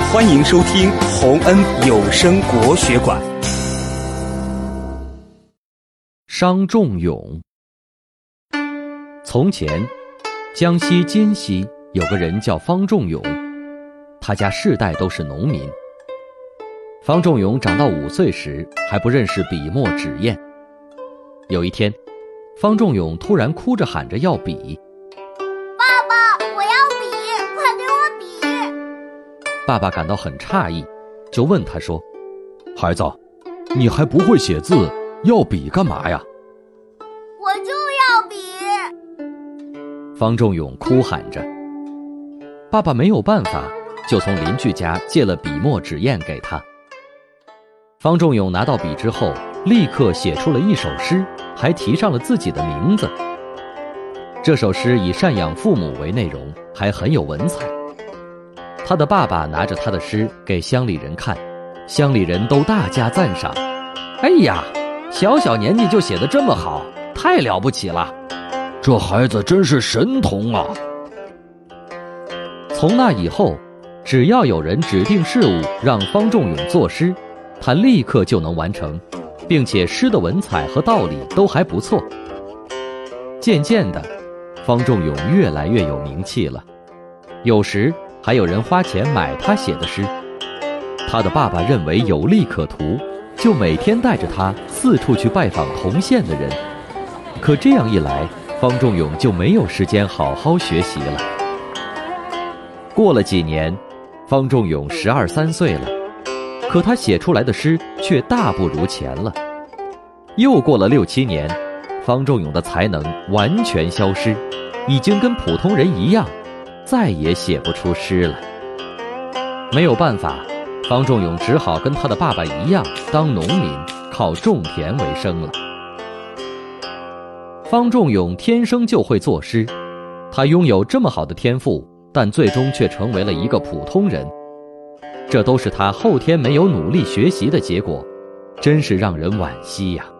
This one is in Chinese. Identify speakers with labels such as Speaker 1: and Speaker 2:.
Speaker 1: 欢迎收听洪恩有声国学馆。
Speaker 2: 商仲永。从前，江西金溪有个人叫方仲永，他家世代都是农民。方仲永长到5岁时还不认识笔墨纸砚。有一天，方仲永突然哭着喊着要笔。
Speaker 3: 爸爸，我要笔，快给我笔！
Speaker 2: 爸爸感到很诧异，就问他说：孩子，你还不会写字，要笔干嘛呀？
Speaker 3: 我就要笔！
Speaker 2: 方仲永哭喊着。爸爸没有办法，就从邻居家借了笔墨纸砚给他。方仲永拿到笔之后，立刻写出了一首诗，还题上了自己的名字。这首诗以赡养父母为内容，还很有文采。他的爸爸拿着他的诗给乡里人看，乡里人都大加赞赏。哎呀，小小年纪就写得这么好，太了不起了，这孩子真是神童啊！从那以后，只要有人指定事务让方仲永作诗，他立刻就能完成，并且诗的文采和道理都还不错。渐渐的，方仲永越来越有名气了，有时还有人花钱买他写的诗。他的爸爸认为有利可图，就每天带着他四处去拜访同县的人。可这样一来，方仲永就没有时间好好学习了。过了几年，方仲永12、13岁了，可他写出来的诗却大不如前了。又过了6、7年，方仲永的才能完全消失，已经跟普通人一样，再也写不出诗了。没有办法，方仲永只好跟他的爸爸一样当农民，靠种田为生了。方仲永天生就会作诗，他拥有这么好的天赋，但最终却成为了一个普通人。这都是他后天没有努力学习的结果，真是让人惋惜呀。